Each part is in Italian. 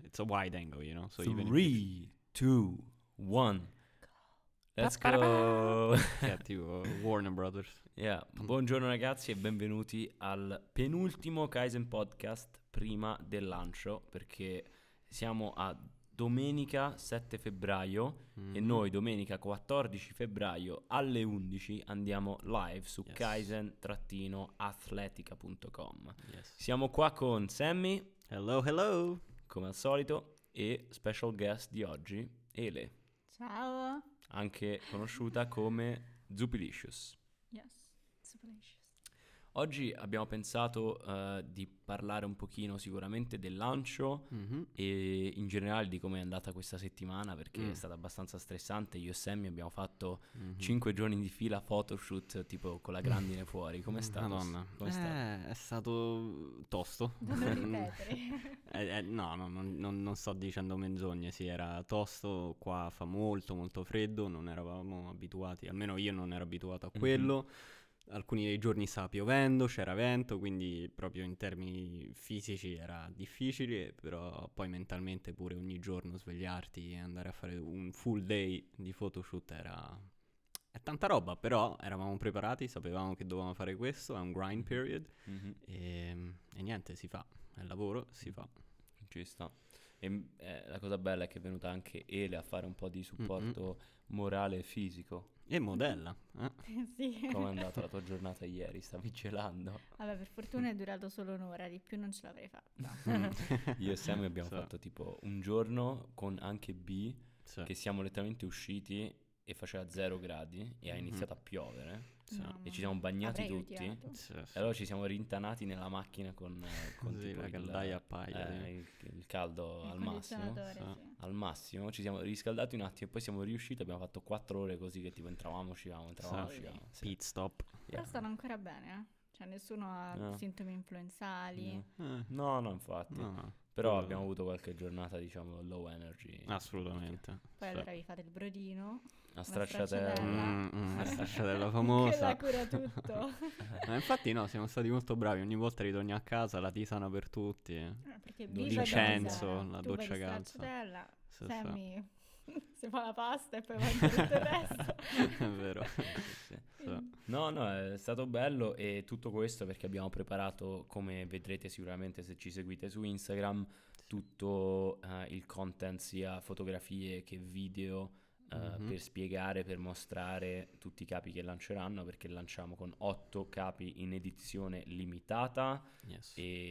it's a wide angle, you know. So even if 3, 2, 1. Let's go! yeah, tipo Warner Brothers. Yeah. Buongiorno ragazzi e benvenuti al penultimo Kaizen Podcast prima del lancio, perché siamo a domenica 7 febbraio e noi domenica 14 febbraio alle 11 andiamo live su Yes. kaizen-atletica.com. Yes. Siamo qua con Sammy, Hello. come al solito, e special guest di oggi, Ele, Ciao. anche conosciuta come Zupilicious. Yes, superlicious. Oggi abbiamo pensato di parlare un pochino sicuramente del lancio e in generale di come è andata questa settimana, perché è stata abbastanza stressante. Io e Sammy abbiamo fatto 5 giorni di fila photoshoot tipo con la grandine fuori. Com'è stato? Madonna. Com'è stato? È stato tosto. Da non ripetere. No, non sto dicendo menzogne, sì, era tosto, qua fa molto freddo, non eravamo abituati, almeno io non ero abituato a quello. Alcuni dei giorni stava piovendo, c'era vento, quindi proprio in termini fisici era difficile, però poi mentalmente pure ogni giorno svegliarti e andare a fare un full day di photoshoot è tanta roba, però eravamo preparati, sapevamo che dovevamo fare questo, è un grind period e niente, si fa, è lavoro, si fa. Ci sta. E la cosa bella è che è venuta anche Ele a fare un po' di supporto morale e fisico. E modella, Sì. Com'è andata la tua giornata ieri? Stavi gelando? Vabbè, per fortuna è durato solo un'ora, di più non ce l'avrei fatta. Io e Sammy abbiamo Sì. fatto tipo un giorno con anche B, Sì. che siamo letteralmente usciti e faceva 0 gradi e ha iniziato a piovere Mamma e ci siamo mia. bagnati Avrei tutti. odiato. Sì. E allora ci siamo rintanati nella macchina con Sì, tipo la caldaia a paglia, sì. il caldo Il al massimo. condizionatore, Sì. sì. Al massimo ci siamo riscaldati un attimo e poi siamo riusciti. Abbiamo fatto 4 ore così che tipo entravamo, uscivamo. Sì. Uscivamo. Sì. Pit stop. Però stanno ancora bene, eh? Cioè nessuno ha No. sintomi influenzali. No, infatti. No, Però quello- abbiamo avuto qualche giornata, diciamo, low energy. assolutamente. Poi Sì. allora vi fate il brodino. Una stracciatella. stracciatella. La stracciatella famosa. Quella cura tutto. Ma infatti no, siamo stati molto bravi. Ogni volta ritorni a casa, la tisana per tutti. Perché L'incenso, l'incenso, la tu vai doccia di calda. stracciatella, Sì, Sammy si fa la pasta e poi mangia tutto il resto. È vero. Sì. Sì. No, è stato bello e tutto questo perché abbiamo preparato, come vedrete sicuramente se ci seguite su Instagram, tutto il content, sia fotografie che video, per spiegare, per mostrare tutti i capi che lanceranno, perché lanciamo con 8 capi in edizione limitata. Yes.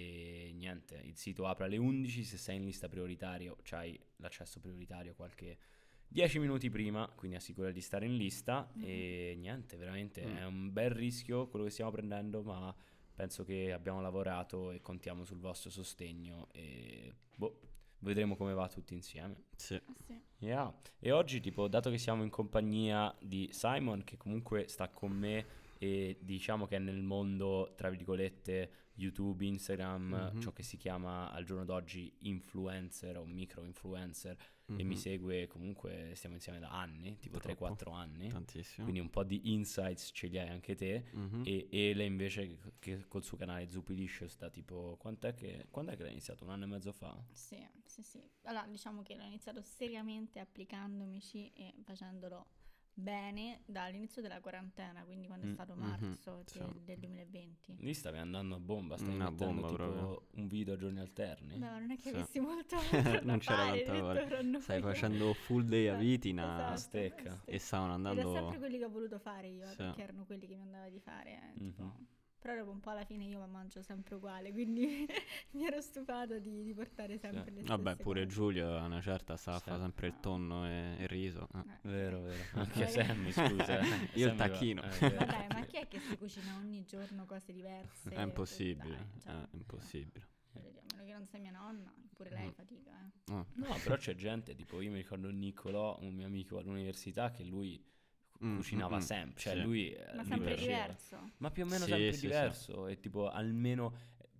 E niente, il sito apre alle 11, se sei in lista prioritario c'hai l'accesso prioritario qualche 10 minuti prima, quindi assicura di stare in lista. E niente, veramente è un bel rischio quello che stiamo prendendo, ma penso che abbiamo lavorato e contiamo sul vostro sostegno e vedremo come va tutti insieme. Sì. Sì. Yeah. E oggi, tipo, dato che siamo in compagnia di Simon, che comunque sta con me e diciamo che è nel mondo, tra virgolette, YouTube, Instagram, ciò che si chiama al giorno d'oggi influencer o micro influencer, e mi segue comunque, stiamo insieme da anni, tipo Troppo. 3-4 anni, Tantissimo. quindi un po' di insights ce li hai anche te. E Ele invece che col suo canale Zupilicious da tipo, quando è che l'hai iniziato? 1 anno e mezzo fa? Sì. Allora, diciamo che l'ho iniziato seriamente applicandomici e facendolo bene dall'inizio della quarantena, quindi quando è stato marzo Sì. del 2020. Lì stavi andando a bomba, stavi Una mettendo bomba tipo proprio. un video a giorni alterni. Beh, non è che Sì. avessi molto altro Non da c'era fare, tanta detto voglia. fra noi. Stai facendo full day a Vitina Esatto, stecca. e stavano Ed è andando. sempre quelli che ho voluto fare io, Sì. perché erano quelli che mi andava di fare, tipo. Però dopo un po' alla fine io mi mangio sempre uguale, quindi mi ero stufata di portare sempre le stesse Vabbè, pure cose. Giulio a una certa sa Sì. fa sempre il tonno e il riso. Vero. Anche Poi- Sammy, scusa. Io il Sammy va- tacchino. vero. Ma dai, ma chi è che si cucina ogni giorno cose diverse? È impossibile. Dai, cioè, È impossibile. voglio dire, a meno che non sei mia nonna, pure lei fatica, Ah. No, però c'è gente, tipo io mi ricordo Niccolò, un mio amico all'università, che lui cucinava sempre, cioè Sì. lui Ma lui sempre faceva. diverso. Ma più o meno Sì, sempre sì, sì. diverso, e tipo almeno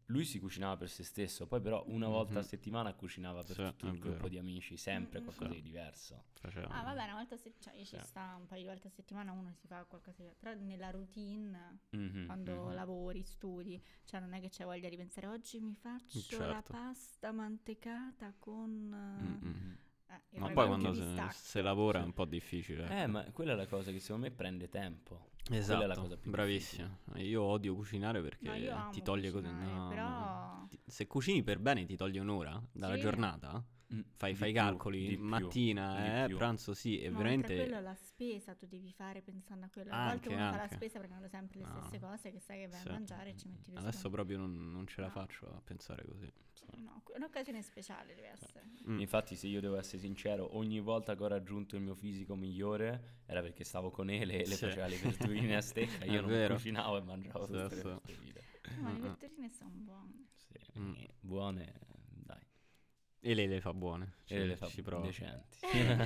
lui si cucinava per se stesso, poi però una volta a settimana cucinava per tutto il gruppo di amici, sempre qualcosa di diverso. Ah, va bene, una volta ci sta un paio di volte a settimana uno si fa qualcosa di... Però nella routine, quando lavori, studi, cioè non è che c'è voglia di pensare oggi mi faccio la pasta mantecata con... Ma poi quando se lavora è un po' difficile. Ma quella è la cosa che secondo me prende tempo. Esatto, quella è la cosa più bravissimo. Io odio cucinare perché ti toglie cose. Però... Se cucini per bene ti toglie un'ora dalla giornata. Fai i calcoli, mattina, pranzo sì, e ma veramente... quello la spesa tu devi fare pensando a quello. A volte uno fa la spesa prendendo sempre le stesse cose che sai che vai a mangiare e ci metti 2 Adesso proprio non ce la faccio a pensare così. No, un'occasione speciale deve essere. Infatti, se io devo essere sincero, ogni volta che ho raggiunto il mio fisico migliore era perché stavo con Ele e le faceva le verdurine a stecca, io non cucinavo e mangiavo tutte le verdurine. Ma le verdurine sono buone. Sì, buone, dai. E lei le fa buone. E le fa decenti.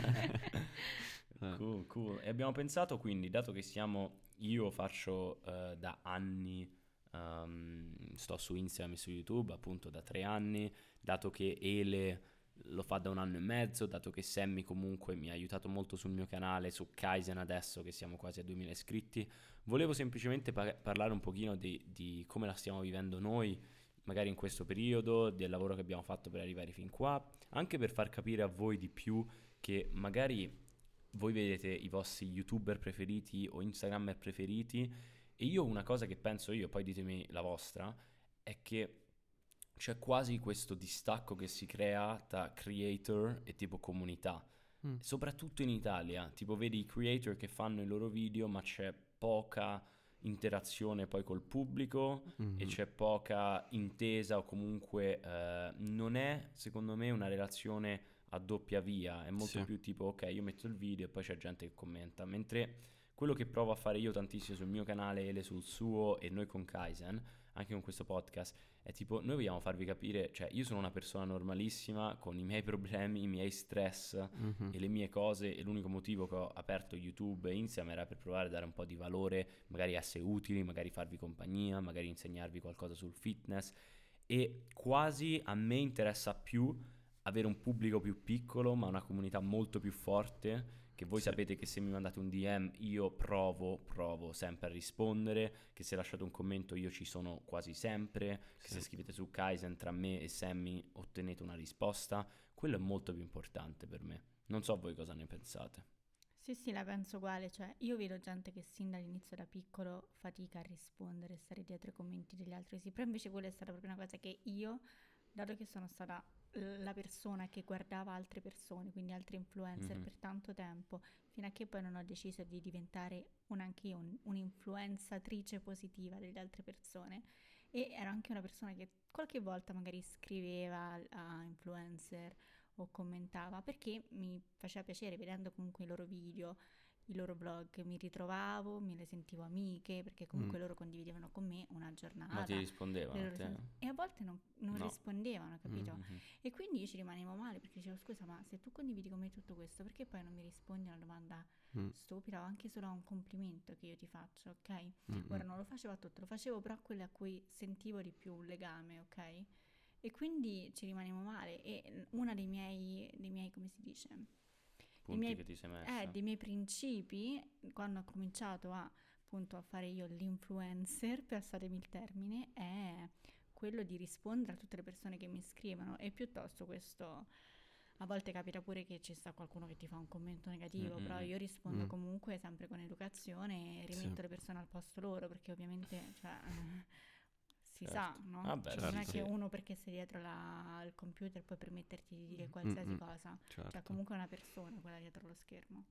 Cool. E abbiamo pensato quindi, dato che io faccio da anni, sto su Instagram e su YouTube appunto da 3 anni, dato che Ele lo fa da 1 anno e mezzo, dato che Sammy comunque mi ha aiutato molto sul mio canale, su Kaizen adesso che siamo quasi a 2000 iscritti, volevo semplicemente parlare un pochino di come la stiamo vivendo noi, magari in questo periodo, del lavoro che abbiamo fatto per arrivare fin qua, anche per far capire a voi di più che magari voi vedete i vostri YouTuber preferiti o Instagrammer preferiti, e io una cosa che penso io, poi ditemi la vostra, è che c'è quasi questo distacco che si crea tra creator e tipo comunità, soprattutto in Italia, tipo vedi i creator che fanno i loro video ma c'è poca interazione poi col pubblico e c'è poca intesa o comunque non è secondo me una relazione a doppia via, è molto più tipo ok io metto il video e poi c'è gente che commenta, mentre quello che provo a fare io tantissimo sul mio canale, Ele sul suo e noi con Kaizen, anche con questo podcast, è tipo noi vogliamo farvi capire, cioè io sono una persona normalissima con i miei problemi, i miei stress e le mie cose, e l'unico motivo che ho aperto YouTube e Instagram era per provare a dare un po' di valore, magari essere utili, magari farvi compagnia, magari insegnarvi qualcosa sul fitness, e quasi a me interessa più avere un pubblico più piccolo ma una comunità molto più forte, che voi sapete che se mi mandate un DM io provo sempre a rispondere, che se lasciate un commento io ci sono quasi sempre, che se scrivete su Kaizen tra me e Sammy ottenete una risposta, quello è molto più importante per me. Non so voi cosa ne pensate. Sì, la penso uguale, cioè io vedo gente che sin dall'inizio da piccolo fatica a rispondere, stare dietro ai commenti degli altri, sì, però invece quella è stata proprio una cosa che io, dato che sono stata la persona che guardava altre persone, quindi altri influencer per tanto tempo, fino a che poi non ho deciso di diventare anch'io un'influenzatrice positiva delle altre persone, e ero anche una persona che qualche volta magari scriveva a influencer o commentava perché mi faceva piacere, vedendo comunque i loro video, i loro vlog, mi ritrovavo, me le sentivo amiche, perché comunque loro condividevano con me una giornata. Ma ti rispondevano a te? E a volte non rispondevano, capito? E quindi io ci rimanevo male, perché dicevo scusa, ma se tu condividi con me tutto questo, perché poi non mi rispondi a una domanda stupida o anche solo a un complimento che io ti faccio, ok? Ora non lo facevo a tutto, lo facevo però a quelle a cui sentivo di più un legame, ok? E quindi ci rimanevo male, e uno dei miei come si dice? Che ti sei messa. Dei miei principi, quando ho cominciato appunto a fare io l'influencer, passatemi il termine, è quello di rispondere a tutte le persone che mi scrivono, e piuttosto questo, a volte capita pure che ci sta qualcuno che ti fa un commento negativo, però io rispondo comunque sempre con educazione e rimetto le persone al posto loro, perché ovviamente si sa, no? Vabbè, non è che uno perché sei dietro al computer puoi permetterti di dire qualsiasi cosa, cioè comunque è una persona quella dietro lo schermo.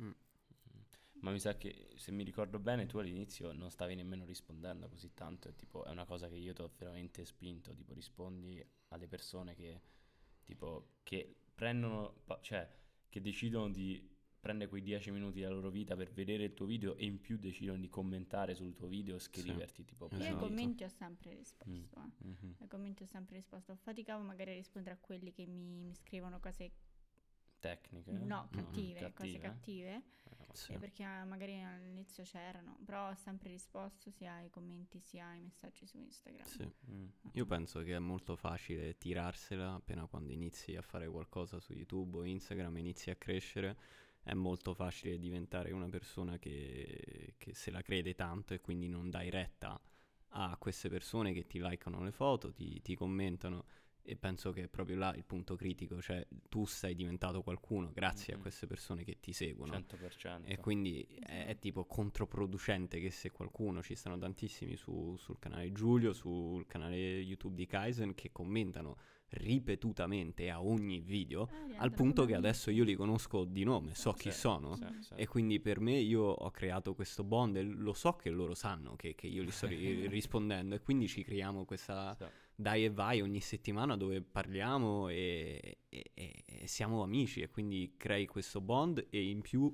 Ma mi sa che, se mi ricordo bene, tu all'inizio non stavi nemmeno rispondendo così tanto, è una cosa che io ti ho veramente spinto, tipo rispondi alle persone che tipo che prendono, cioè che decidono di prendere quei 10 minuti della loro vita per vedere il tuo video, e in più decidono di commentare sul tuo video, scriverti tipo io ai commenti ho sempre risposto, ai commenti ho sempre risposto, faticavo magari a rispondere a quelli che mi scrivono cose tecniche? No, cattive, cose cattive? cattive. Sì. Perché magari all'inizio c'erano, però ho sempre risposto sia ai commenti sia ai messaggi su Instagram. Sì. Mm. Io penso che è molto facile tirarsela appena quando inizi a fare qualcosa su YouTube o Instagram, inizi a crescere, è molto facile diventare una persona che se la crede tanto e quindi non dai retta a queste persone che ti likeano le foto, ti commentano, e penso che è proprio là il punto critico, cioè tu sei diventato qualcuno grazie a queste persone che ti seguono. 100%. E quindi è tipo controproducente che se qualcuno, ci stanno tantissimi sul canale Giulio, sul canale YouTube di Kaizen, che commentano ripetutamente a ogni video, al punto che adesso io li conosco di nome, so chi sono, e quindi per me io ho creato questo bond e lo so che loro sanno che io li sto rispondendo, e quindi ci creiamo questa dai e vai ogni settimana dove parliamo e siamo amici, e quindi crei questo bond e in più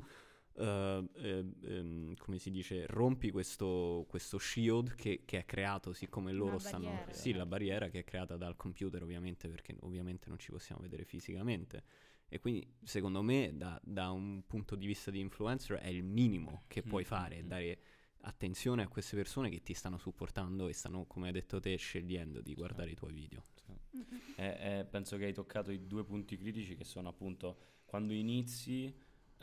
come si dice, rompi questo shield che è creato, siccome loro stanno... barriera. Sì, la barriera che è creata dal computer, ovviamente, perché ovviamente non ci possiamo vedere fisicamente. E quindi secondo me da un punto di vista di influencer è il minimo che puoi fare, dare attenzione a queste persone che ti stanno supportando e stanno, come hai detto te, scegliendo di guardare i tuoi video. Penso che hai toccato i due punti critici, che sono appunto quando inizi,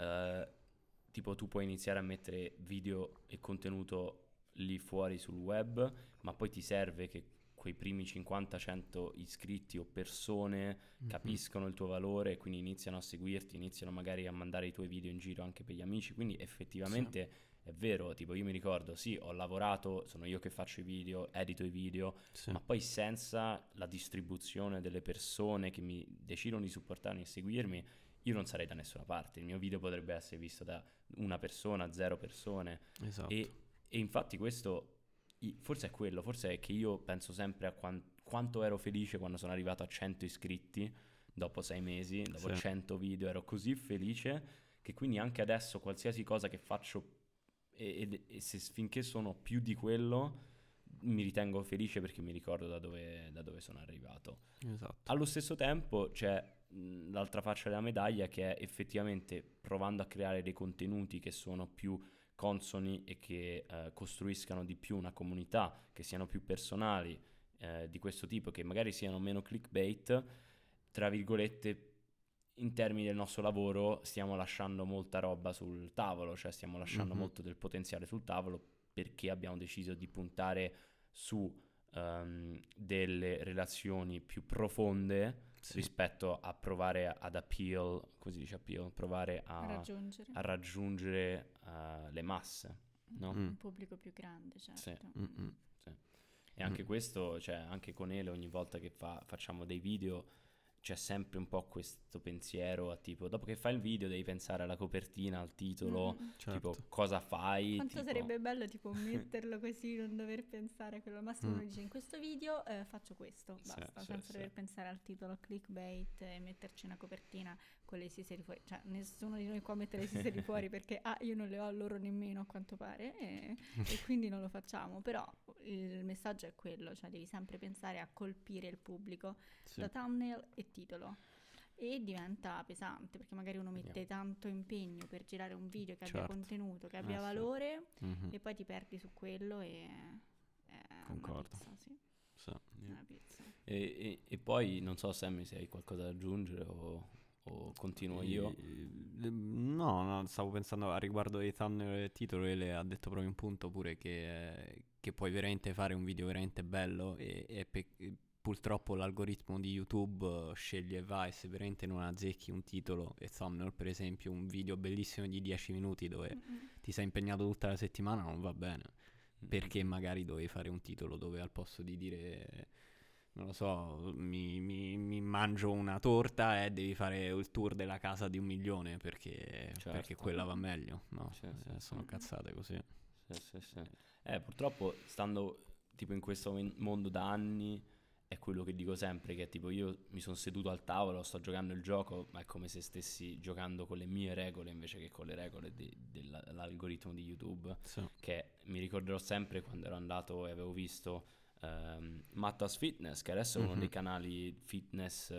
tipo tu puoi iniziare a mettere video e contenuto lì fuori sul web, ma poi ti serve che quei primi 50-100 iscritti o persone capiscono il tuo valore e quindi iniziano a seguirti, iniziano magari a mandare i tuoi video in giro anche per gli amici, quindi effettivamente è vero, tipo io mi ricordo, sì, ho lavorato, sono io che faccio i video, edito i video, ma poi senza la distribuzione delle persone che mi decidono di supportarmi e seguirmi, io non sarei da nessuna parte. Il mio video potrebbe essere visto da una persona, 0 persone. Esatto. E infatti questo forse è quello, forse è che io penso sempre a quanto ero felice quando sono arrivato a 100 iscritti dopo 6 mesi, dopo 100 video, ero così felice che quindi anche adesso qualsiasi cosa che faccio e se finché sono più di quello mi ritengo felice perché mi ricordo da dove sono arrivato. Esatto. Allo stesso tempo c'è l'altra faccia della medaglia, che è effettivamente provando a creare dei contenuti che sono più consoni e che costruiscano di più una comunità, che siano più personali, di questo tipo, che magari siano meno clickbait, tra virgolette. In termini del nostro lavoro stiamo lasciando molta roba sul tavolo, cioè stiamo lasciando molto del potenziale sul tavolo perché abbiamo deciso di puntare su delle relazioni più profonde rispetto a provare ad appeal, come si dice appeal? Provare a raggiungere le masse, no? Un pubblico più grande, certo. Sì. Sì. E anche questo, cioè anche con Ele ogni volta che facciamo dei video c'è sempre un po' questo pensiero a tipo, dopo che fai il video devi pensare alla copertina, al titolo, tipo cosa fai. Quanto sarebbe bello tipo metterlo così, non dover pensare a quello. Al massimo uno dice in questo video faccio questo, basta, senza dover pensare al titolo, clickbait e metterci una copertina con le siseri fuori. Cioè nessuno di noi qua mette le siseri fuori perché io non le ho loro nemmeno a quanto pare e quindi non lo facciamo, però il messaggio è quello, cioè devi sempre pensare a colpire il pubblico da thumbnail e titolo. E diventa pesante perché magari uno mette tanto impegno per girare un video che abbia contenuto, che abbia valore e poi ti perdi su quello e concordo. Una pizza, una pizza. E poi non so Sammy se hai qualcosa da aggiungere o continuo io. No, stavo pensando a riguardo dei thumbnail e titolo, e le ha detto proprio un punto pure che puoi veramente fare un video veramente bello e purtroppo l'algoritmo di YouTube sceglie e va, e se veramente non azzecchi un titolo e thumbnail, per esempio un video bellissimo di 10 minuti dove ti sei impegnato tutta la settimana, non va bene, perché magari dovevi fare un titolo dove al posto di dire non lo so, mi mangio una torta e devi fare il tour della casa di 1 milione perché quella va meglio, no? Sono cazzate così. Sì. Purtroppo stando tipo in questo mondo da anni è quello che dico sempre, che tipo io mi sono seduto al tavolo, sto giocando il gioco, ma è come se stessi giocando con le mie regole invece che con le regole dell'algoritmo di YouTube, che mi ricorderò sempre quando ero andato e avevo visto Mattas Fitness, che adesso è uno dei canali fitness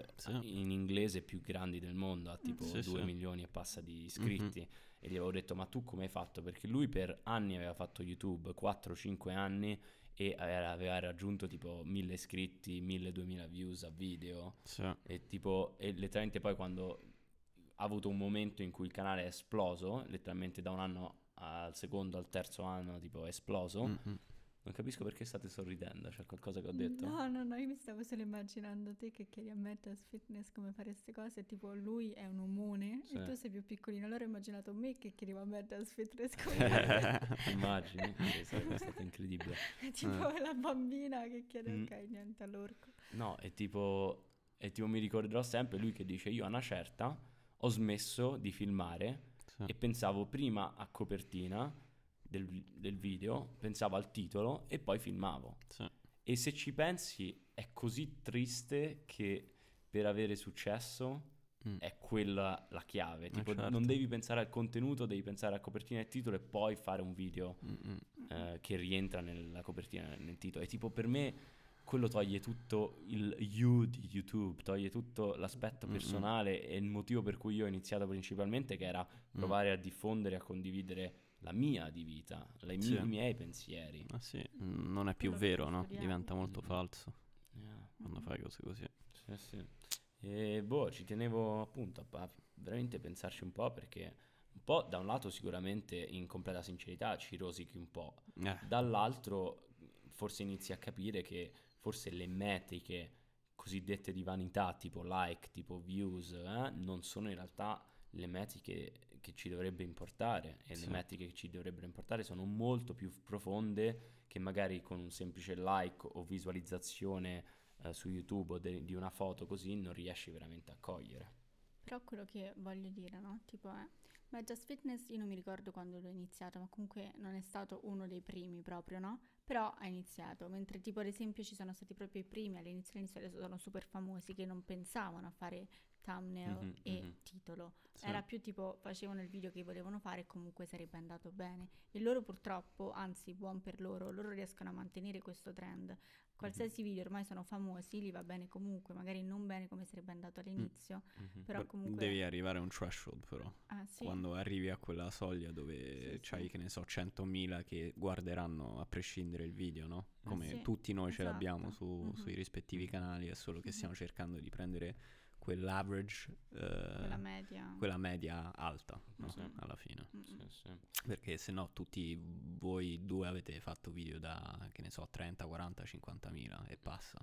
in inglese più grandi del mondo, ha tipo 2 milioni e passa di iscritti, e gli avevo detto: ma tu come hai fatto? Perché lui per anni aveva fatto YouTube, 4-5 anni, e aveva raggiunto tipo 1000 iscritti, 1000-2000 views a video, e tipo, e letteralmente poi quando ha avuto un momento in cui il canale è esploso, letteralmente da un anno al secondo, al terzo anno, tipo è esploso. Non capisco perché state sorridendo, c'è qualcosa che ho detto? No, io mi stavo solo immaginando te che chiedi a Mattas Fitness come fare queste cose, tipo lui è un omone e tu sei più piccolino, allora ho immaginato me che chiedevo a Mattas Fitness come fare. Immagini? Sarebbe stato incredibile. È tipo la bambina che chiede, ok, niente, all'orco. No, è tipo mi ricorderò sempre lui che dice: io a una certa ho smesso di filmare e pensavo prima a copertina del video, pensavo al titolo e poi filmavo. E se ci pensi è così triste che per avere successo è quella la chiave. Tipo, non devi pensare al contenuto, devi pensare a copertina e titolo e poi fare un video che rientra nella copertina, nel titolo. E tipo, per me quello toglie tutto il you di YouTube, toglie tutto l'aspetto personale, e il motivo per cui io ho iniziato principalmente che era provare a diffondere, a condividere la mia di vita, i miei pensieri. Non è più vero, no? Diventa molto falso quando fai cose così. Sì. E ci tenevo appunto a veramente pensarci un po', perché un po' da un lato sicuramente in completa sincerità ci rosichi un po', dall'altro forse inizi a capire che forse le metriche cosiddette di vanità, tipo like, tipo views, non sono in realtà le metriche che ci dovrebbe importare, e le metriche che ci dovrebbero importare sono molto più profonde, che magari con un semplice like o visualizzazione su YouTube o di una foto così non riesci veramente a cogliere. Però quello che voglio dire, no? Tipo, Mattas Fitness io non mi ricordo quando l'ho iniziato, ma comunque non è stato uno dei primi proprio, no? Però ha iniziato, mentre tipo ad esempio ci sono stati proprio i primi all'inizio adesso sono super famosi che non pensavano a fare thumbnail e titolo. Era più tipo facevano il video che volevano fare e comunque sarebbe andato bene. E loro purtroppo, anzi buon per loro riescono a mantenere questo trend. Qualsiasi video ormai sono famosi, gli va bene comunque, magari non bene come sarebbe andato all'inizio, però comunque... Devi arrivare a un threshold però, quando arrivi a quella soglia dove c'hai, che ne so, 100.000 che guarderanno a prescindere il video, no? Come tutti noi ce l'abbiamo sui rispettivi canali, è solo che stiamo cercando di prendere quell'average, quella media alta, no? Alla fine. Perché se no tutti voi due avete fatto video da, che ne so, 30, 40, 50.000 e passa.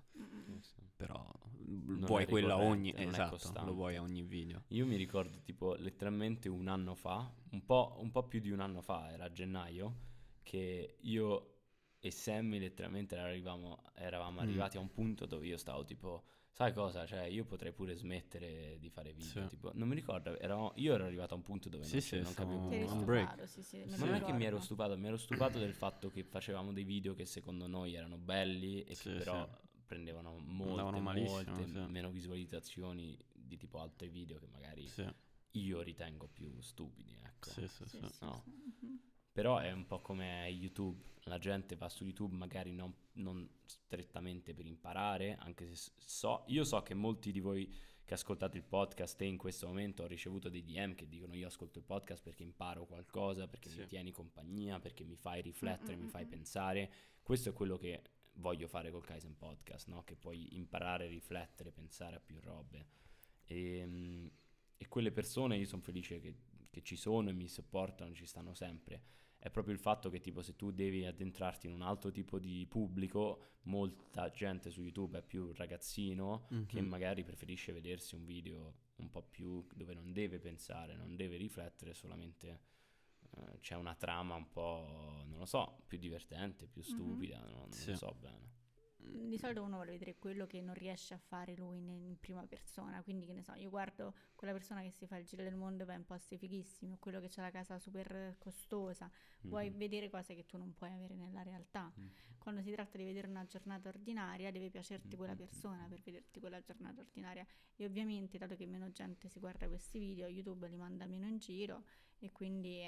Però vuoi quella ogni, lo vuoi a ogni video. Io mi ricordo tipo letteralmente un anno fa, un po' più di un anno fa, era a gennaio, che io e Sammy letteralmente eravamo arrivati a un punto dove io stavo tipo: sai cosa? Cioè, io potrei pure smettere di fare video. Tipo, non mi ricordo, io ero arrivato a un punto dove non capivo più. Un break. Ma non è che mi ero stupato del fatto che facevamo dei video che secondo noi erano belli e che però prendevano molte meno visualizzazioni di tipo altri video che magari io ritengo più stupidi, ecco. No. Però è un po' come YouTube, la gente va su YouTube magari non strettamente per imparare, anche se io so che molti di voi che ascoltate il podcast, e in questo momento ho ricevuto dei DM che dicono: io ascolto il podcast perché imparo qualcosa, perché mi tieni compagnia, perché mi fai riflettere, mi fai pensare. Questo è quello che voglio fare col Kaizen Podcast, no? Che puoi imparare, riflettere, pensare a più robe. E quelle persone, io sono felice che ci sono e mi supportano, ci stanno sempre. È proprio il fatto che tipo se tu devi addentrarti in un altro tipo di pubblico, molta gente su YouTube è più ragazzino che magari preferisce vedersi un video un po' più dove non deve pensare, non deve riflettere, solamente c'è una trama un po', non lo so, più divertente, più stupida, non so bene. Di solito uno vuole vedere quello che non riesce a fare lui in prima persona, quindi che ne so, io guardo quella persona che si fa il giro del mondo e va in posti fighissimi, o quello che ha la casa super costosa, vuoi vedere cose che tu non puoi avere nella realtà. Quando si tratta di vedere una giornata ordinaria deve piacerti quella persona per vederti quella giornata ordinaria, e ovviamente dato che meno gente si guarda questi video, YouTube li manda meno in giro e quindi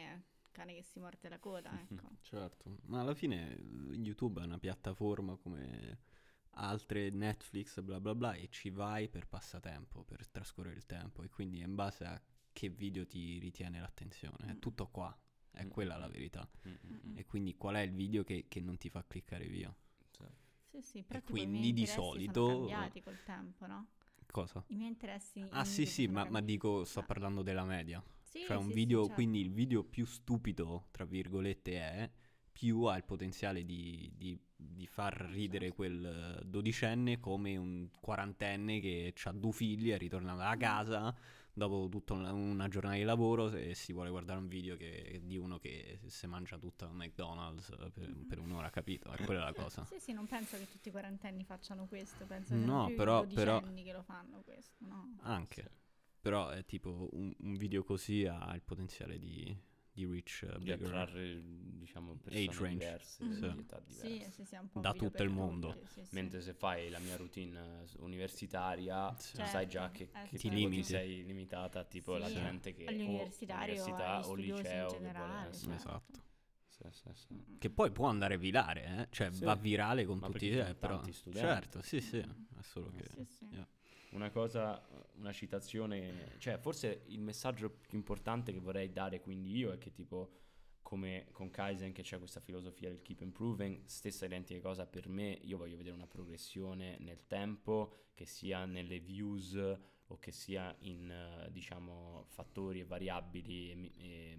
cane che si morde la coda, ecco. Certo, ma alla fine YouTube è una piattaforma come altre, Netflix, bla bla bla, e ci vai per passatempo, per trascorrere il tempo, e quindi è in base a che video ti ritiene l'attenzione. È tutto qua, è quella la verità. E quindi qual è il video che non ti fa cliccare via? Sì, però E tipo i miei quindi di interessi solito... sono cambiati col tempo, no? Cosa? I miei interessi Ah in sì video sì, sono ma cambiati. dico, sto parlando della media. Sì, Cioè un sì, video, certo. quindi il video più stupido, tra virgolette, è, più ha il potenziale di far ridere Certo. quel dodicenne come un quarantenne che ha due figli e ritorna a casa dopo tutta una giornata di lavoro e si vuole guardare un video di uno che si mangia tutta un McDonald's per un'ora, capito? E quella è la cosa. Sì, non penso che tutti i quarantenni facciano questo, penso che No, siano più però- i dodicenni che lo fanno questo, no? Anche. Però è tipo un video così ha il potenziale di reach Di bigger attrarre, diciamo, age persone range. diverse, Mhm. di età diverse. Sì, un po' Da video tutto il per mondo. tutti, sì. Mentre se fai la mia routine universitaria, Sì. Certo, sai già che ti tipo ti limiti. sei limitata tipo la Sì, gente che o all'universitario, università agli o studiosi in liceo che vuole generale, essere. Esatto. Sì. Che poi può andare virale, cioè Sì. va virale con Ma tutti perché sono però tanti studenti. certo, sì, è solo che Sì. yeah. Una citazione, cioè forse il messaggio più importante che vorrei dare quindi io è che tipo come con Kaizen che c'è questa filosofia del keep improving, stessa identica cosa per me, io voglio vedere una progressione nel tempo, che sia nelle views o che sia in diciamo fattori e variabili e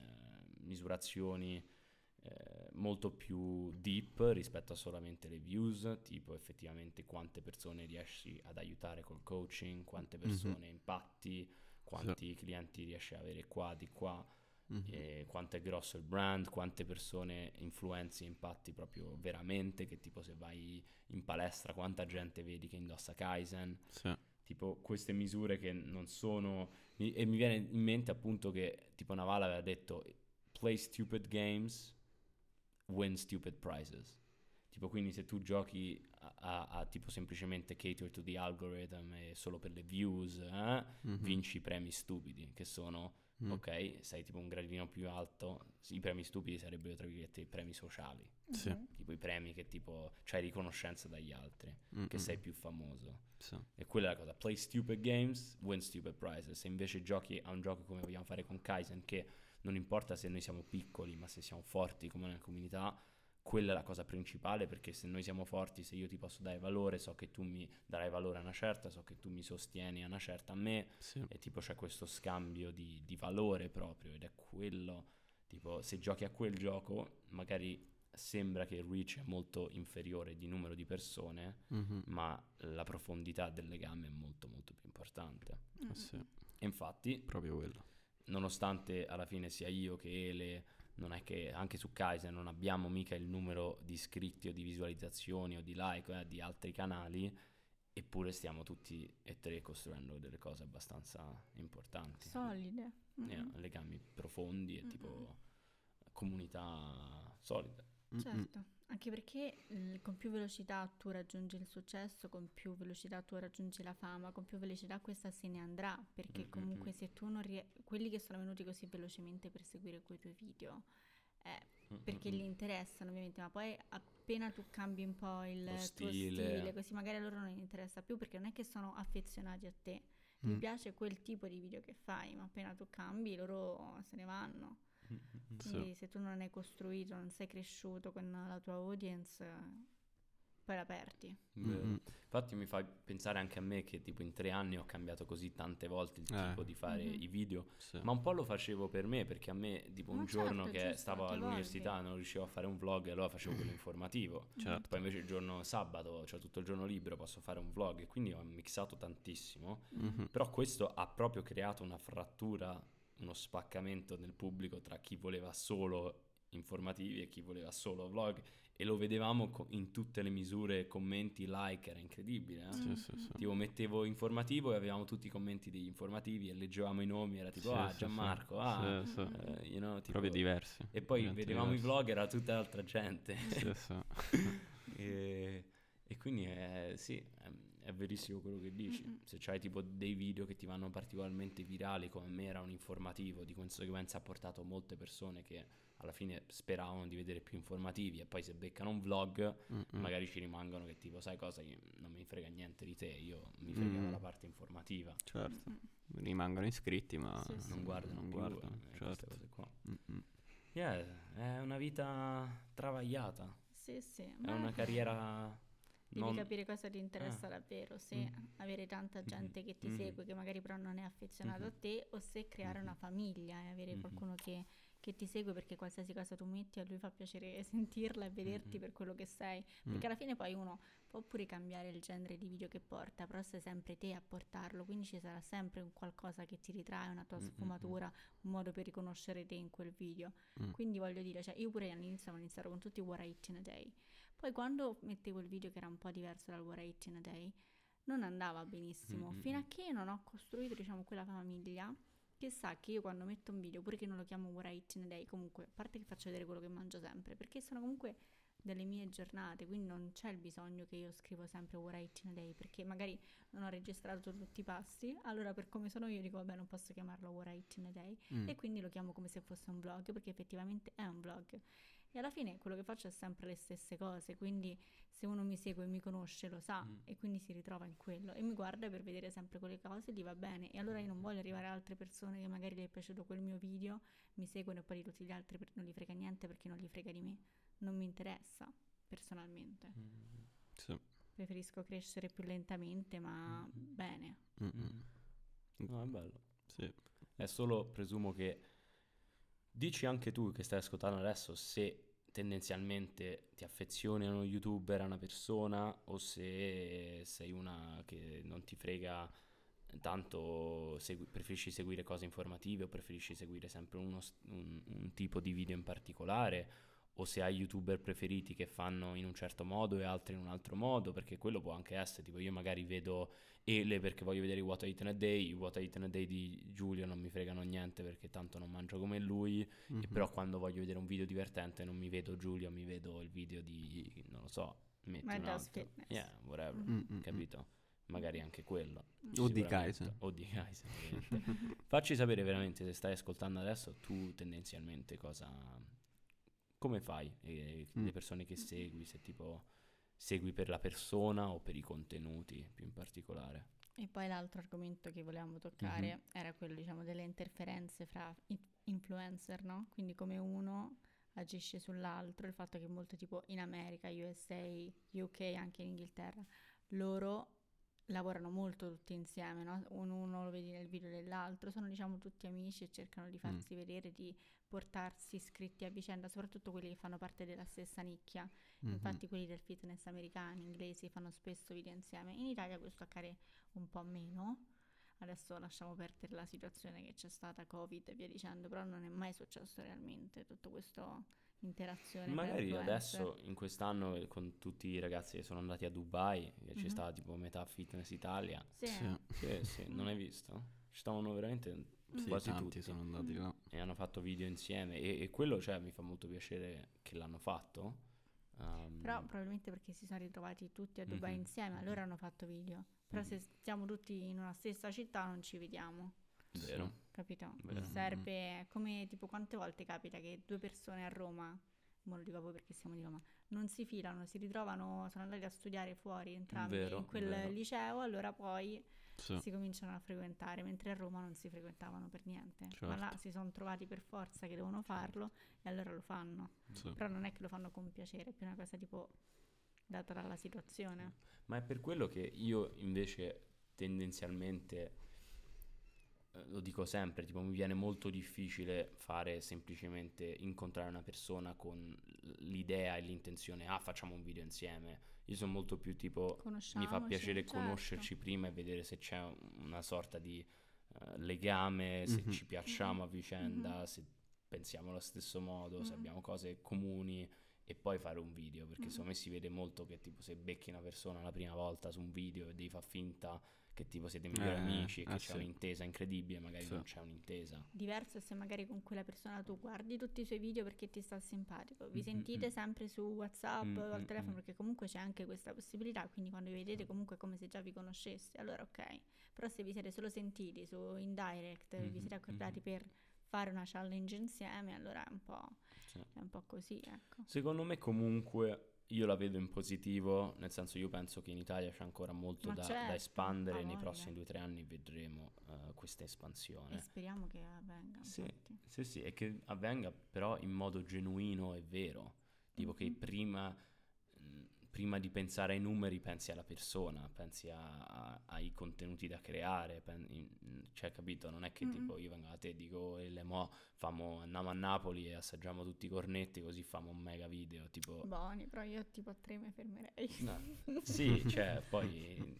misurazioni molto più deep rispetto a solamente le views, tipo effettivamente quante persone riesci ad aiutare col coaching, quante persone impatti, quanti clienti riesci ad avere qua, di qua, quanto è grosso il brand, quante persone influenzi e impatti proprio veramente, che tipo se vai in palestra quanta gente vedi che indossa Kaizen, Sì. tipo queste misure che non sono... E mi viene in mente appunto che tipo Naval aveva detto play stupid games, win stupid prizes. Tipo quindi se tu giochi a tipo semplicemente cater to the algorithm e solo per le views, vinci premi stupidi che sono ok, sei tipo un gradino più alto, i premi stupidi sarebbero tra virgolette i premi sociali, Sì. tipo i premi che tipo c'hai riconoscenza dagli altri, che sei più famoso. Sì. E quella è la cosa, play stupid games, win stupid prizes. Se invece giochi a un gioco come vogliamo fare con Kaizen, che non importa se noi siamo piccoli, ma se siamo forti come una comunità, quella è la cosa principale, perché se noi siamo forti, se io ti posso dare valore, so che tu mi darai valore a una certa, so che tu mi sostieni a una certa, a me, Sì. e tipo c'è questo scambio di valore proprio, ed è quello, tipo se giochi a quel gioco, magari sembra che il reach è molto inferiore di numero di persone, ma la profondità del legame è molto molto più importante. Sì. E infatti, Proprio quello. nonostante alla fine sia io che Ele, non è che anche su Kaizen non abbiamo mica il numero di iscritti o di visualizzazioni o di like di altri canali, eppure stiamo tutti e tre costruendo delle cose abbastanza importanti. Solide. Legami profondi e tipo comunità solide. Certo, anche perché con più velocità tu raggiungi il successo, con più velocità tu raggiungi la fama, con più velocità questa se ne andrà, perché comunque se tu non quelli che sono venuti così velocemente per seguire quei tuoi video, perché gli interessano ovviamente, ma poi appena tu cambi un po' il Lo tuo stile. stile, così magari a loro non interessa più, perché non è che sono affezionati a te, gli piace quel tipo di video che fai, ma appena tu cambi loro se ne vanno. Quindi se tu non hai costruito, non sei cresciuto con la tua audience, poi la perdi. Infatti mi fa pensare anche a me che tipo in 3 anni ho cambiato così tante volte il tipo di fare i video, Sì. ma un po' lo facevo per me, perché a me tipo un Ma giorno certo, che giusto, stavo ti all'università evolvi. non riuscivo a fare un vlog e allora facevo quello informativo. Certo. Poi invece il giorno sabato, cioè tutto il giorno libero, posso fare un vlog, e quindi ho mixato tantissimo. Però questo ha proprio creato una frattura, uno spaccamento nel pubblico tra chi voleva solo informativi e chi voleva solo vlog, e lo vedevamo in tutte le misure, commenti, like, era incredibile. Sì. Tipo mettevo informativo e avevamo tutti i commenti degli informativi e leggevamo i nomi, era tipo Sì, Gianmarco, sì. you know, tipo, Proprio diversi. e poi Gente vedevamo i diversi. vlog, era tutta altra gente. Sì. E quindi sì, è è verissimo quello che dici. Se c'hai tipo dei video che ti vanno particolarmente virali, come me era un informativo, di conseguenza ha portato molte persone che alla fine speravano di vedere più informativi, e poi se beccano un vlog magari ci rimangono che tipo, sai cosa, non mi frega niente di te, io mi fregavo la parte informativa. Certo, rimangono iscritti ma Sì, non guardano più, queste certo. cose qua. Yeah, è una vita travagliata, Sì, sì. è una carriera... Devi capire cosa ti interessa davvero, se Mm. avere tanta gente che ti segue, che magari però non è affezionato a te, o se creare una famiglia e avere qualcuno che ti segue, perché qualsiasi cosa tu metti a lui fa piacere sentirla e vederti per quello che sei, perché alla fine poi uno può pure cambiare il genere di video che porta, però sei sempre te a portarlo, quindi ci sarà sempre un qualcosa che ti ritrae, una tua sfumatura, un modo per riconoscere te in quel video. Quindi voglio dire, cioè io pure all'inizio avevo iniziato con tutti What I Eat in a Day. Poi quando mettevo il video che era un po' diverso dal What I Eat in a Day, non andava benissimo, fino a che non ho costruito, diciamo, quella famiglia che sa che io quando metto un video, pure che non lo chiamo What I Eat in a Day, comunque, a parte che faccio vedere quello che mangio sempre, perché sono comunque delle mie giornate, quindi non c'è il bisogno che io scrivo sempre What I Eat in a Day, perché magari non ho registrato tutti i pasti, allora per come sono io dico vabbè, non posso chiamarlo What I Eat in a Day, e quindi lo chiamo come se fosse un vlog, perché effettivamente è un vlog. E alla fine quello che faccio è sempre le stesse cose, quindi se uno mi segue e mi conosce lo sa, e quindi si ritrova in quello e mi guarda per vedere sempre quelle cose, gli va bene. E allora io non voglio arrivare a altre persone che magari gli è piaciuto quel mio video, mi seguono e poi di tutti gli altri non gli frega niente perché non gli frega di me. Non mi interessa personalmente. Sì. Preferisco crescere più lentamente ma bene. No, è bello. Sì. È solo, presumo che dici anche tu che stai ascoltando adesso, se tendenzialmente ti affezioni a uno youtuber, a una persona, o se sei una che non ti frega tanto, preferisci seguire cose informative o preferisci seguire sempre un tipo di video in particolare, o se hai youtuber preferiti che fanno in un certo modo e altri in un altro modo, perché quello può anche essere, tipo io magari vedo Ele perché voglio vedere i What I Eat in a Day, i What I Eat in a Day di Giulio non mi fregano niente perché tanto non mangio come lui, e però quando voglio vedere un video divertente non mi vedo Giulio, mi vedo il video di, non lo so, metti My un Does altro, Fitness. yeah, whatever, capito? Magari anche quello. O di sicuramente. Kaizen. O di Kaizen, ovviamente. Facci sapere veramente, se stai ascoltando adesso, tu tendenzialmente come fai? E le persone che segui, se tipo segui per la persona o per i contenuti più in particolare. E poi l'altro argomento che volevamo toccare era quello, diciamo, delle interferenze fra influencer, no? Quindi come uno agisce sull'altro, il fatto che molto tipo in America, USA, UK, anche in Inghilterra, loro lavorano molto tutti insieme, no? Uno lo vedi nel video dell'altro, sono diciamo tutti amici e cercano di farsi vedere, di portarsi iscritti a vicenda, soprattutto quelli che fanno parte della stessa nicchia. Infatti quelli del fitness americani, inglesi, fanno spesso video insieme. In Italia questo accade un po' meno. Adesso lasciamo perdere la situazione che c'è stata, Covid e via dicendo, però non è mai successo realmente tutto questo interazione tra Magari influencer. adesso, in quest'anno, con tutti i ragazzi che sono andati a Dubai, che ci stava tipo metà Fitness Italia. Sì. Sì, non hai visto? Ci stavano veramente Sì, quasi tanti tutti. sono andati là. E hanno fatto video insieme. E quello, cioè, mi fa molto piacere che l'hanno fatto. Però probabilmente perché si sono ritrovati tutti a Dubai insieme, allora hanno fatto video. Però se stiamo tutti in una stessa città non ci vediamo, Vero. capito? Vero. Serve, come tipo quante volte capita che due persone a Roma, mo lo dico a voi perché siamo di Roma, non si filano, si ritrovano, sono andati a studiare fuori entrambi Vero, in quel vero. liceo, allora poi Sì. si cominciano a frequentare, mentre a Roma non si frequentavano per niente. Ma Certo. là si sono trovati per forza che devono farlo e allora lo fanno. Sì. Però non è che lo fanno con piacere, è più una cosa tipo data dalla situazione. Ma è per quello che io invece tendenzialmente, lo dico sempre, tipo mi viene molto difficile fare semplicemente incontrare una persona con l'idea e l'intenzione, facciamo un video insieme. Io sono molto più tipo, mi fa Conosciamoci, piacere certo. conoscerci prima e vedere se c'è una sorta di legame, se ci piacciamo a vicenda, se pensiamo allo stesso modo, se abbiamo cose comuni, e poi fare un video, perché secondo me si vede molto che tipo se becchi una persona la prima volta su un video e devi far finta che tipo siete migliori amici e che c'è sì. un'intesa incredibile, magari Sì. non c'è un'intesa. Diverso se magari con quella persona tu guardi tutti i suoi video perché ti sta simpatico, vi Mm, sentite mm. sempre su WhatsApp o al telefono, Mm. perché comunque c'è anche questa possibilità, quindi quando vi vedete comunque è come se già vi conosceste, allora ok. Però se vi siete solo sentiti in direct, vi siete accordati per fare una challenge insieme, allora Sì. è un po' così, ecco. Secondo me comunque io la vedo in positivo, nel senso io penso che in Italia c'è ancora molto Ma da certo, espandere, ha nei voglia. prossimi 2 o 3 anni vedremo questa E espansione. speriamo che avvenga, Sì, infatti. sì, e che avvenga però in modo genuino e vero, tipo che prima di pensare ai numeri pensi alla persona, pensi ai contenuti da creare, cioè capito, non è che tipo io vengo a te e dico andiamo a Napoli e assaggiamo tutti i cornetti così famo un mega video, tipo... Buoni, però io tipo a 3 mi fermerei. No, sì, cioè, poi...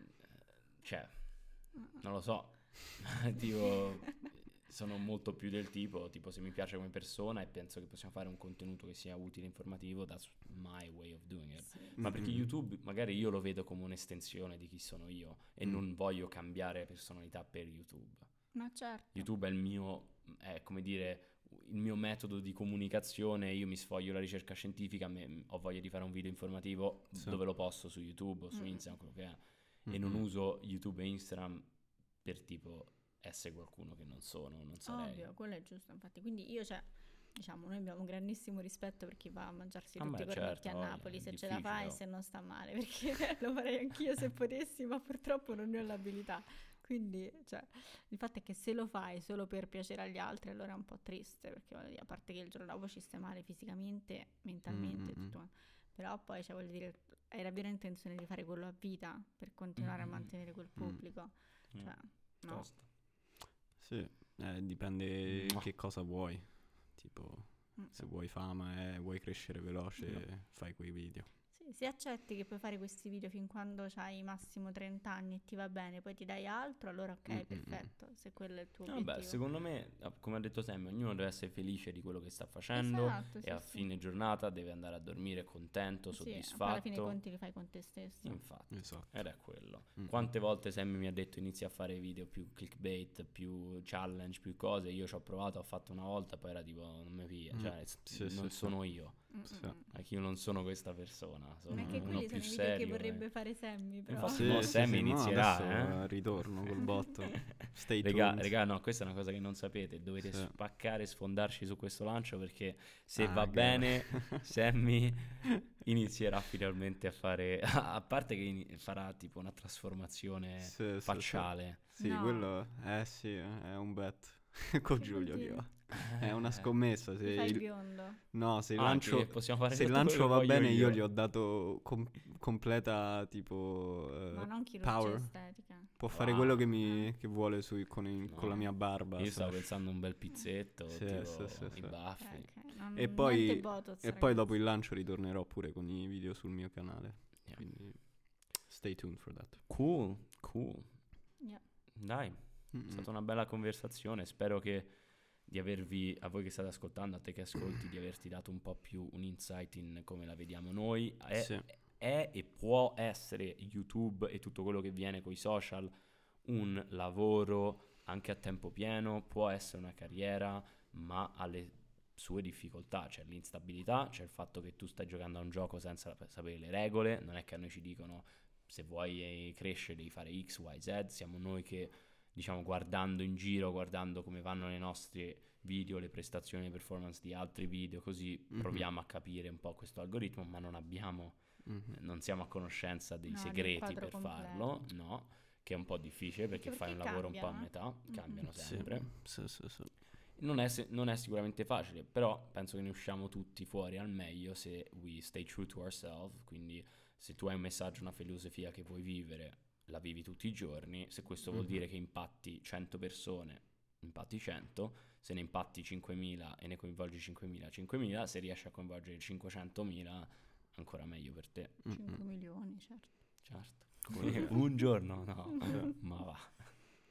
Cioè, non lo so, tipo... Sono molto più del tipo se mi piace come persona e penso che possiamo fare un contenuto che sia utile e informativo, that's my way of doing it. Sì. Ma perché YouTube magari io lo vedo come un'estensione di chi sono io e non voglio cambiare personalità per YouTube. Ma certo. YouTube è come dire, il mio metodo di comunicazione, io mi sfoglio la ricerca scientifica, ho voglia di fare un video informativo dove lo posto su YouTube o su Instagram, quello che è, e non uso YouTube e Instagram per tipo essere qualcuno che non sono, non sarei. Ovvio, quello è giusto, infatti. Quindi io, diciamo, noi abbiamo un grandissimo rispetto per chi va a mangiarsi tutti i cornetti a Napoli, se ce la fa e se non sta male, perché lo farei anch'io se potessi, ma purtroppo non ne ho l'abilità. Quindi, il fatto è che se lo fai solo per piacere agli altri, allora è un po' triste, perché voglio dire, a parte che il giorno dopo ci stai male fisicamente, mentalmente, tutto. Però poi, voglio dire, hai davvero intenzione di fare quello a vita per continuare a mantenere quel pubblico? No. Tosto. Sì, dipende che cosa vuoi. Tipo, se vuoi fama e vuoi crescere veloce, fai quei video. Sì, se accetti che puoi fare questi video fin quando hai massimo 30 anni e ti va bene, poi ti dai altro, allora ok, perfetto, se quello è il tuo obiettivo. Vabbè, secondo me, come ha detto Sam, ognuno deve essere felice di quello che sta facendo, Esatto, e a fine giornata deve andare a dormire contento, soddisfatto. Poi alla fine i conti li fai con te stesso. Infatti, Esatto. ed è quello. Quante volte Sam mi ha detto inizia a fare video più clickbait, più challenge, più cose, io ci ho provato, ho fatto una volta, poi era tipo non mi pia, non sono io. Io non sono questa persona, sono Anche uno quelli più sono i video che serio. vorrebbe fare Sammy, però. Infatti Sammy inizierà, adesso ritorno col botto. Stay tuned. Regà, no, questa è una cosa che non sapete, dovete spaccare e sfondarci su questo lancio, perché se va che- bene Sammy inizierà finalmente a fare, a parte che farà tipo una trasformazione facciale. Sì, No. quello sì, è un bet con Che Giulio vuol che dire? va. È una scommessa. Ti fai il biondo. No, se il Anche lancio, possiamo fare se il tutto quello lancio che va voglio bene, io io. gli ho dato completa tipo Ma non chirurgia power. estetica. Può fare quello che vuole con la mia barba. Io stavo pensando a un bel pizzetto, Sì, tipo sì, i baffi. Ok, E niente poi, Botox, e poi ragazzi. dopo il lancio ritornerò pure con i video sul mio canale. Yeah. Quindi stay tuned for that. Cool. Yeah. Dai, è stata una bella conversazione. Spero che di avervi, a voi che state ascoltando, a te che ascolti, di averti dato un po' più un insight in come la vediamo noi. È e può essere YouTube e tutto quello che viene con i social un lavoro anche a tempo pieno, può essere una carriera, ma ha le sue difficoltà. C'è l'instabilità, c'è il fatto che tu stai giocando a un gioco senza sapere le regole. Non è che a noi ci dicono se vuoi crescere devi fare X, Y, Z. Siamo noi che, diciamo, guardando in giro, guardando come vanno le nostre video, le prestazioni, le performance di altri video, così proviamo a capire un po' questo algoritmo, ma non siamo a conoscenza dei segreti per farlo, no, che è un po' difficile perché fai un lavoro un po' a metà, cambiano sempre. Sì. Non è sicuramente facile, però penso che ne usciamo tutti fuori al meglio se we stay true to ourselves. Quindi se tu hai un messaggio, una filosofia che vuoi vivere, la vivi tutti i giorni. Se questo vuol dire che impatti 100 persone, impatti 100. Se ne impatti 5.000 e ne coinvolgi 5.000, se riesci a coinvolgere 500.000, ancora meglio per te. 5 milioni, certo. Certo. Un giorno, no, ma va.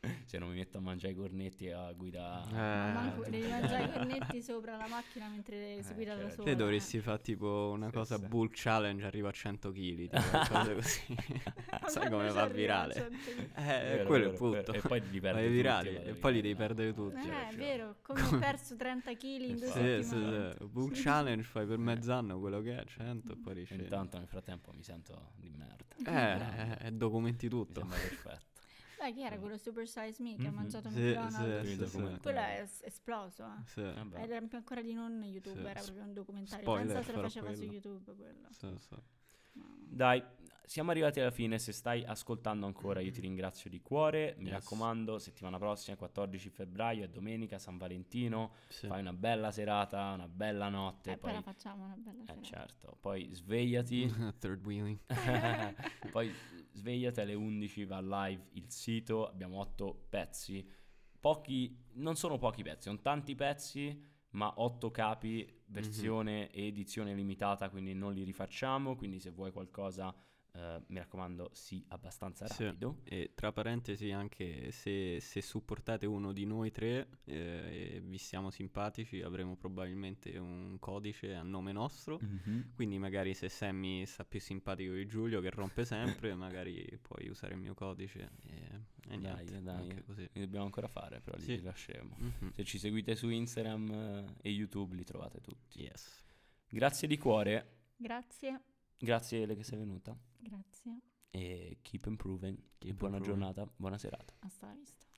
Se non mi metto a mangiare i cornetti e a guida... Ma manco tu- devi mangiare i cornetti sopra la macchina mentre si guida da certo. sola. Te dovresti fare tipo una Sì, cosa sì. bulk challenge, arriva a 100 kg, cose così. Sai come Quando va ci virale? arriva, gente. Vero, Quello è vero, il punto. vero. E poi li perdi Vai tutti, virali vado e poi li devi virale. perdere tutti. È vero, come ho perso 30 kg in 2 Sì, Sì, settimane. sì. Bulk challenge fai per mezz'anno quello che è, 100 e poi riscendi. Intanto nel frattempo mi sento di merda. Documenti Mi tutto. sembra perfetto. Dai, chi era quello Super Size Me che ha Mhm. mangiato Sì, McDonald's? sì, sì, sì. Quello è esploso, eh. Sì, Vabbè. Ai tempi ancora di non YouTube, Sì, era proprio un documentario. spoiler, Pensa se lo farò faceva su quello. YouTube quello. sì, sì. No. Dai, siamo arrivati alla fine. Se stai ascoltando ancora, io ti ringrazio di cuore. Mi Yes. raccomando, settimana prossima, 14 febbraio, è domenica, San Valentino. Sì. Fai una bella serata, una bella notte. Poi la Poi, facciamo una bella serata. certo, poi svegliati. Third wheeling. Poi svegliati alle 11, va live il sito. Abbiamo 8 pezzi. Pochi, non sono pochi pezzi, sono tanti pezzi, ma 8 capi, versione e edizione limitata, quindi non li rifacciamo. Quindi se vuoi qualcosa, mi raccomando, sii abbastanza Sì. rapido. E tra parentesi anche se supportate uno di noi tre e vi siamo simpatici avremo probabilmente un codice a nome nostro, quindi magari se Sammy sta più simpatico di Giulio che rompe sempre magari puoi usare il mio codice e niente, Dai, anche così. li dobbiamo ancora fare, però Sì. li lasceremo. Mhm. Se ci seguite su Instagram e YouTube li trovate tutti. Yes. Grazie di cuore, Grazie, grazie Ele che sei venuta grazie. e keep improving. Keep Buona improving. giornata, buona serata. Hasta la vista.